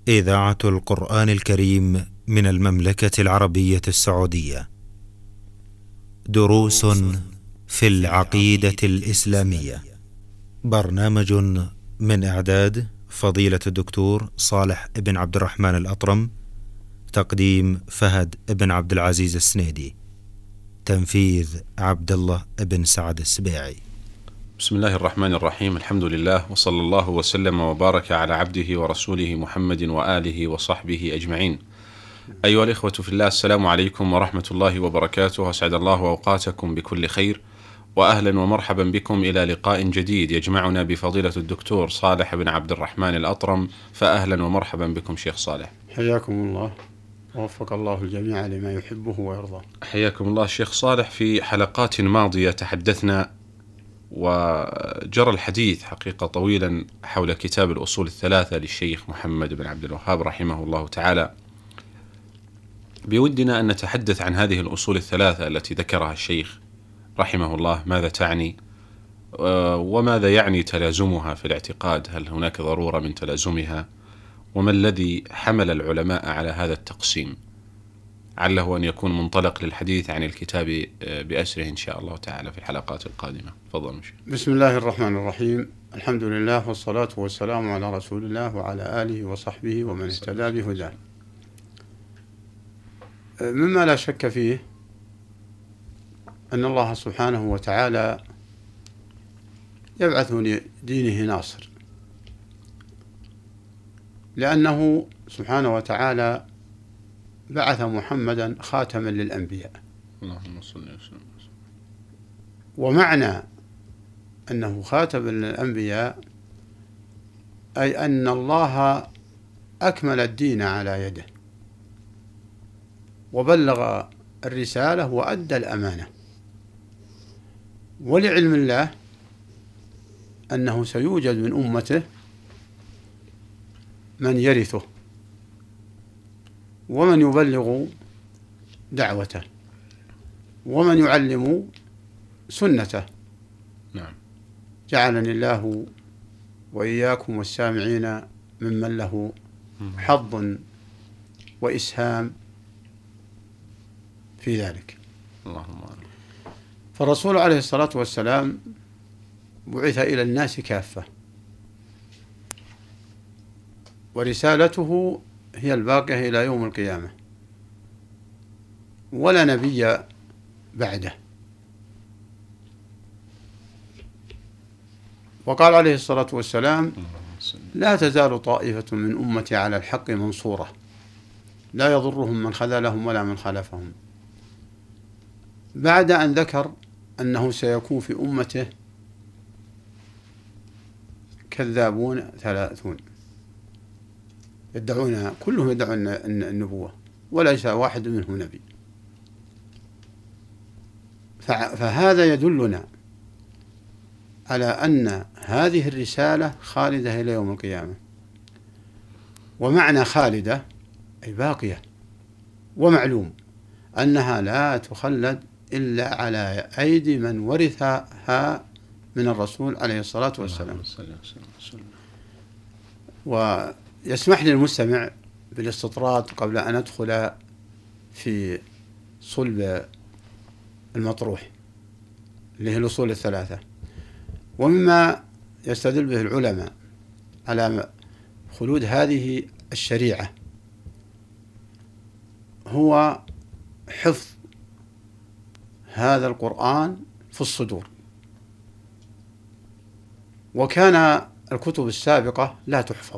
إذاعة القرآن الكريم من المملكة العربية السعودية. دروس في العقيدة الإسلامية. برنامج من إعداد فضيلة الدكتور صالح بن عبد الرحمن الأطرم. تقديم فهد بن عبد العزيز السنيدي. تنفيذ عبد الله بن سعد السبيعي. بسم الله الرحمن الرحيم. الحمد لله، وصلى الله وسلم وبارك على عبده ورسوله محمد وآله وصحبه أجمعين. أيها الإخوة في الله، السلام عليكم ورحمة الله وبركاته. أسعد الله أوقاتكم بكل خير، وأهلا ومرحبا بكم إلى لقاء جديد يجمعنا بفضيلة الدكتور صالح بن عبد الرحمن الأطرم. فأهلا ومرحبا بكم شيخ صالح. حياكم الله، ووفق الله الجميع لما يحبه ويرضاه. حياكم الله شيخ صالح. في حلقات ماضية تحدثنا وجرى الحديث حقيقة طويلا حول كتاب الأصول الثلاثة للشيخ محمد بن عبد الوهاب رحمه الله تعالى. بودنا أن نتحدث عن هذه الأصول الثلاثة التي ذكرها الشيخ رحمه الله، ماذا تعني وماذا يعني تلازمها في الاعتقاد، هل هناك ضرورة من تلازمها، وما الذي حمل العلماء على هذا التقسيم. عله أن يكون منطلق للحديث عن الكتاب بأسره إن شاء الله تعالى في الحلقات القادمة. تفضل مشي. بسم الله الرحمن الرحيم. الحمد لله والصلاة والسلام على رسول الله وعلى آله وصحبه ومن اهتدى بهداه. مما لا شك فيه أن الله سبحانه وتعالى يبعث لدينه ناصر، لأنه سبحانه وتعالى بعث محمدا خاتما للأنبياء. اللهم صل وسلم. ومعنى أنه خاتم للأنبياء أي أن الله أكمل الدين على يده، وبلغ الرسالة وأدى الأمانة. ولعلم الله أنه سيوجد من أمته من يرثه ومن يبلغ دعوته ومن يعلم سنته. نعم. جعلني الله وإياكم والسامعين ممن له حظ وإسهام في ذلك. اللهم آمين. فالرسول عليه الصلاة والسلام بعث إلى الناس كافة، ورسالته هي الباقية إلى يوم القيامة، ولا نبي بعده. وقال عليه الصلاة والسلام: لا تزال طائفة من أمتي على الحق منصورة، لا يضرهم من خذلهم ولا من خالفهم. بعد أن ذكر أنه سيكون في أمته كذابون 30 كلهم يدعون النبوة وليس واحد منهم نبي. فهذا يدلنا على أن هذه الرسالة خالدة إلى يوم القيامة. ومعنى خالدة أي باقية، ومعلوم أنها لا تخلد إلا على أيدي من ورثها من الرسول عليه الصلاة والسلام. ويسمح لي المستمع بالاستطراد قبل أن أدخل في صلب المطروح اللي هي الأصول الثلاثة. ومما يستدل به العلماء على خلود هذه الشريعة هو حفظ هذا القرآن في الصدور. وكان الكتب السابقة لا تحفظ،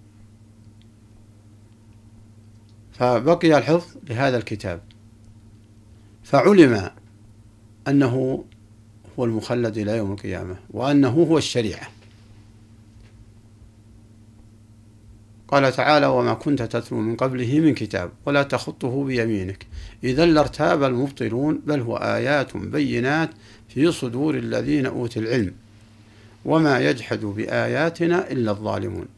فبقي الحفظ لهذا الكتاب، فعلم أنه هو المخلد إلى يوم القيامة، وأنه هو الشريعة. قال تعالى: وما كنت تتلو من قبله من كتاب ولا تخطه بيمينك إذا لارتاب المبطلون بل هو آيات بينات في صدور الذين أوتوا العلم وما يجحد بآياتنا إلا الظالمون.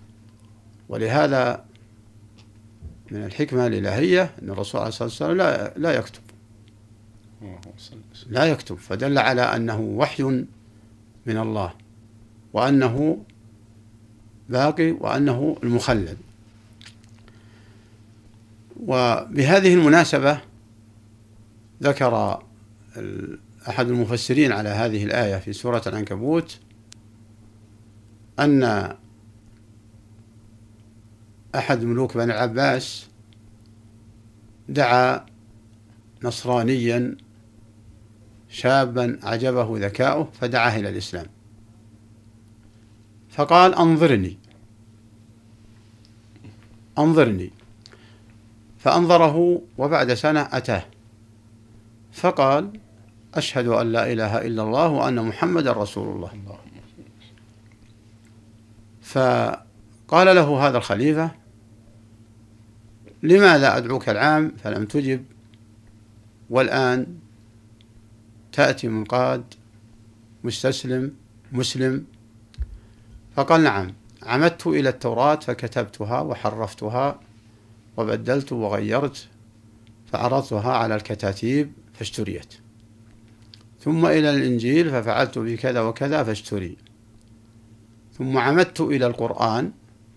ولهذا من الحكمة الإلهية أن الرسول عليه الصلاة والسلام لا يكتب، فدل على أنه وحي من الله، وأنه باقي، وأنه المخلد. وبهذه المناسبة ذكر أحد المفسرين على هذه الآية في سورة العنكبوت أن أحد ملوك بني العباس دعا نصرانيا شابا أعجبه ذكاؤه فدعاه إلى الإسلام، فقال أنظرني، فأنظره، وبعد سنة أتاه فقال أشهد أن لا إله إلا الله وأن محمد رسول الله. فقال له هذا الخليفة لماذا أدعوك العام فلم تجب، والآن تأتي منقاد مستسلم مسلم؟ فقال نعم، عمدت إلى التوراة فكتبتها وحرفتها وبدلت وغيرت فعرضتها على الكتاتيب فاشتريت، ثم إلى الإنجيل ففعلت بكذا وكذا فاشتري، ثم عمدت إلى القرآن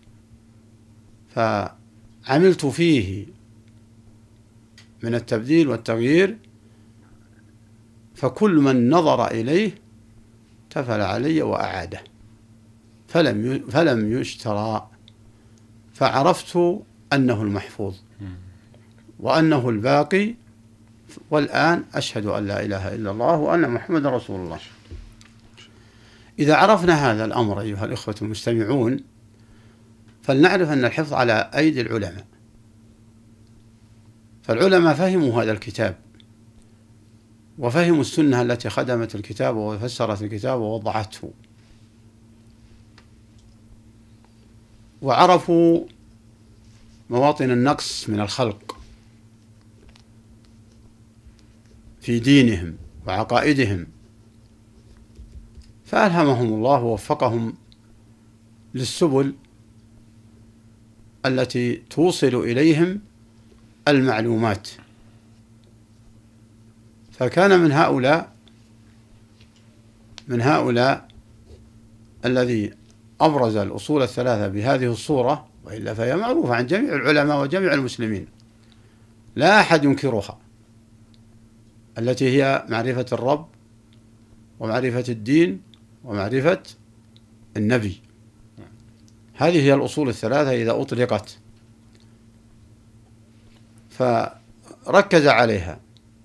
فعملت فيه من التبديل والتغيير، فكل من نظر إليه تفل علي وأعاده فلم يشترى، فعرفت أنه المحفوظ وأنه الباقي، والآن أشهد أن لا إله إلا الله وأن محمد رسول الله. إذا عرفنا هذا الأمر أيها الإخوة المستمعون، فلنعرف أن الحفظ على أيدي العلماء، فالعلماء فهموا هذا الكتاب وفهموا السنة التي خدمت الكتاب وفسرت الكتاب ووضعته، وعرفوا مواطن النقص من الخلق في دينهم وعقائدهم، فألهمهم الله ووفقهم للسبل التي توصل إليهم المعلومات. فكان من هؤلاء الذي أبرز الأصول الثلاثة بهذه الصورة، وإلا فهي معروفة عن جميع العلماء وجميع المسلمين لا أحد ينكرها، التي هي معرفة الرب ومعرفة الدين ومعرفة النبي. هذه هي الأصول الثلاثة إذا أطلقت، فركز عليها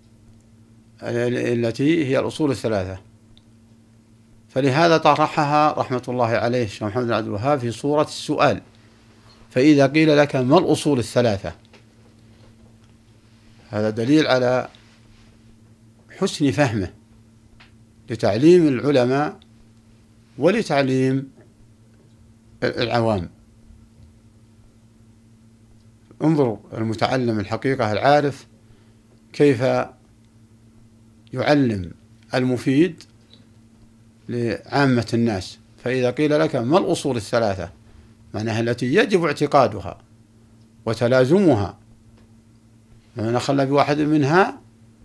التي هي الأصول الثلاثة، فلهذا طرحها رحمة الله عليه الشيخ محمد بن عبد الوهاب في صورة السؤال: فإذا قيل لك ما الأصول الثلاثة؟ هذا دليل على حسن فهمه لتعليم العلماء ولتعليم العوام. انظروا المتعلم الحقيقة العارف كيف يعلم المفيد لعامة الناس. فإذا قيل لك ما الأصول الثلاثة، معناها التي يجب اعتقادها وتلازمها، فمن خلى بواحد منها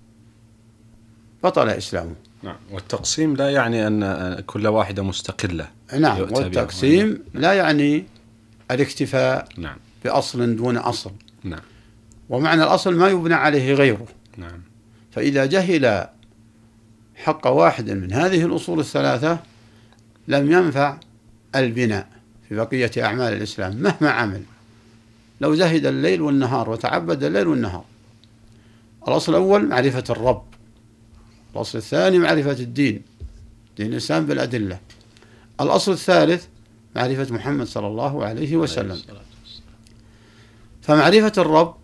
بطل إسلامه. نعم. والتقسيم لا يعني أن كل واحدة مستقلة. نعم، والتقسيم لا يعني الاكتفاء نعم بأصل دون أصل. نعم. ومعنى الأصل ما يبنى عليه غيره. نعم. فإذا جهل حق واحد من هذه الأصول الثلاثة لم ينفع البناء في بقية أعمال الإسلام مهما عمل، لو زهد الليل والنهار وتعبد الليل والنهار. الأصل الأول معرفة الرب، الأصل الثاني معرفة الدين، دين الإسلام بالأدلة، الأصل الثالث معرفة محمد صلى الله عليه وسلم. فمعرفة الرب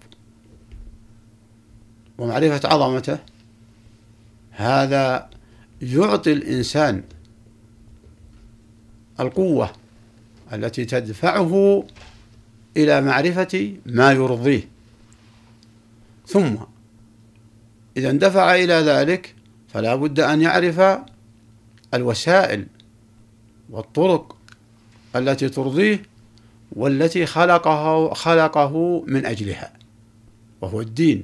ومعرفة عظمته هذا يعطي الإنسان القوة التي تدفعه إلى معرفة ما يرضيه، ثم إذا اندفع إلى ذلك فلا بد أن يعرف الوسائل والطرق التي ترضيه والتي خلقه من أجلها، وهو الدين.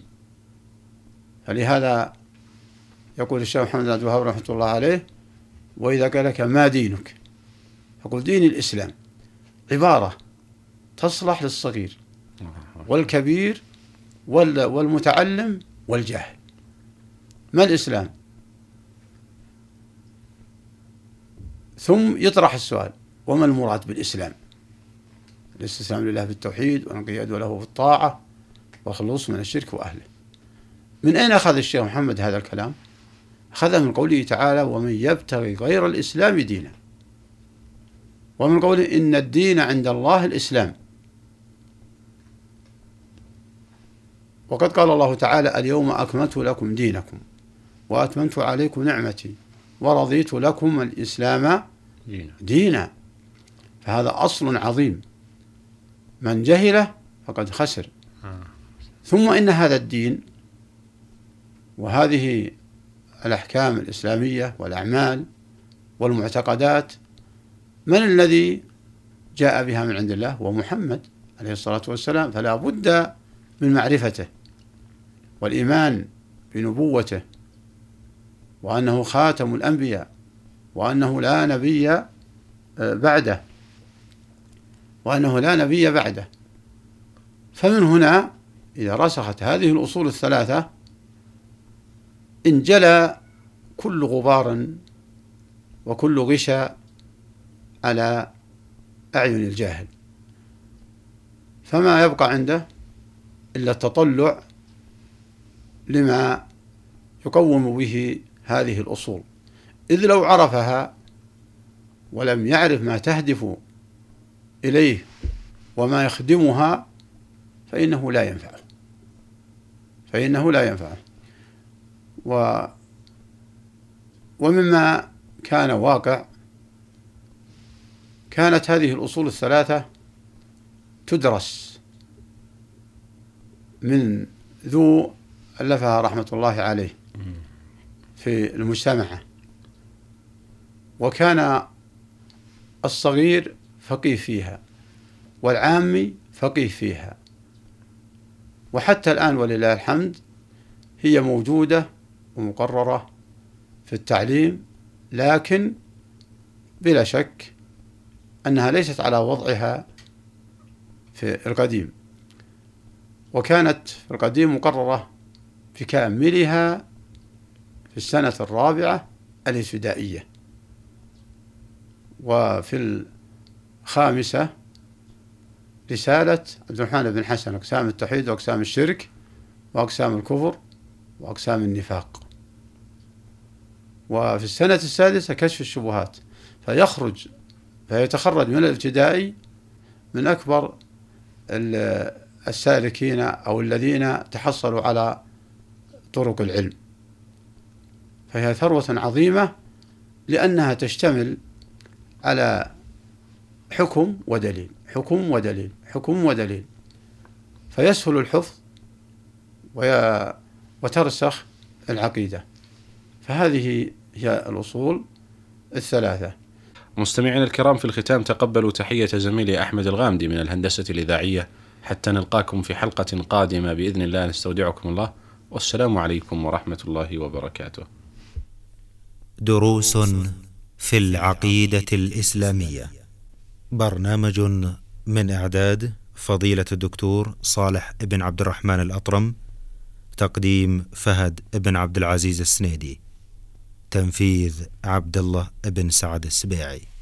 فلهذا يقول الشيخ محمد بن عبد الوهاب رحمة الله عليه: وإذا قال لك ما دينك؟ فقل دين الإسلام، عبارة تصلح للصغير والكبير والمتعلم والجاهل. ما الإسلام؟ ثم يطرح السؤال: وما المراد بالإسلام؟ الاستسلام لله بالتوحيد والانقياد له بالطاعة والخلوص من الشرك وأهله. من أين أخذ الشيخ محمد هذا الكلام؟ أخذه من قوله تعالى: ومن يبتغي غير الإسلام دينا، ومن قوله: إن الدين عند الله الإسلام. وقد قال الله تعالى: اليوم أكملت لكم دينكم وأتممت عليكم نعمتي ورضيت لكم الإسلام دينا. فهذا أصل عظيم، من جهله فقد خسر. ثم إن هذا الدين وهذه الأحكام الإسلامية والأعمال والمعتقدات من الذي جاء بها من عند الله؟ هو محمد عليه الصلاة والسلام. فلا بد من معرفته والإيمان بنبوته، وأنه خاتم الأنبياء، وأنه لا نبي بعده، فمن هنا إذا رسخت هذه الأصول الثلاثة انجلى كل غبار وكل غشاء على أعين الجاهل، فما يبقى عنده إلا التطلع لما يقوم به هذه الأصول، إذ لو عرفها ولم يعرف ما تهدف إليه وما يخدمها فإنه لا ينفعه. ومما كان واقع، كانت هذه الأصول الثلاثة تدرس من ذو ألفها رحمة الله عليه في المجتمع، وكان الصغير فقيه فيها والعامي فقيه فيها، وحتى الآن ولله الحمد هي موجودة ومقررة في التعليم، لكن بلا شك أنها ليست على وضعها في القديم، وكانت في القديم مقررة في كاملها في السنة الرابعة الابتدائية، وفي الخامسة رسالة عبد الرحمن بن حسن: أقسام التوحيد وأقسام الشرك وأقسام الكفر وأقسام النفاق. وفي السنة السادسة كشف الشبهات، فيتخرج من الابتدائي من أكبر السالكين أو الذين تحصلوا على طرق العلم. فهي ثروة عظيمة لأنها تشتمل على حكم ودليل، فيسهل الحفظ وترسخ العقيدة. فهذه هي الأصول الثلاثة. مستمعينا الكرام، في الختام تقبلوا تحية زميلي أحمد الغامدي من الهندسة الإذاعية، حتى نلقاكم في حلقة قادمة بإذن الله. نستودعكم الله، والسلام عليكم ورحمة الله وبركاته. دروس في العقيدة الإسلامية، برنامج من إعداد فضيلة الدكتور صالح بن عبد الرحمن الأطرم، تقديم فهد بن عبد العزيز السنيدي، تنفيذ عبد الله بن سعد السبيعي.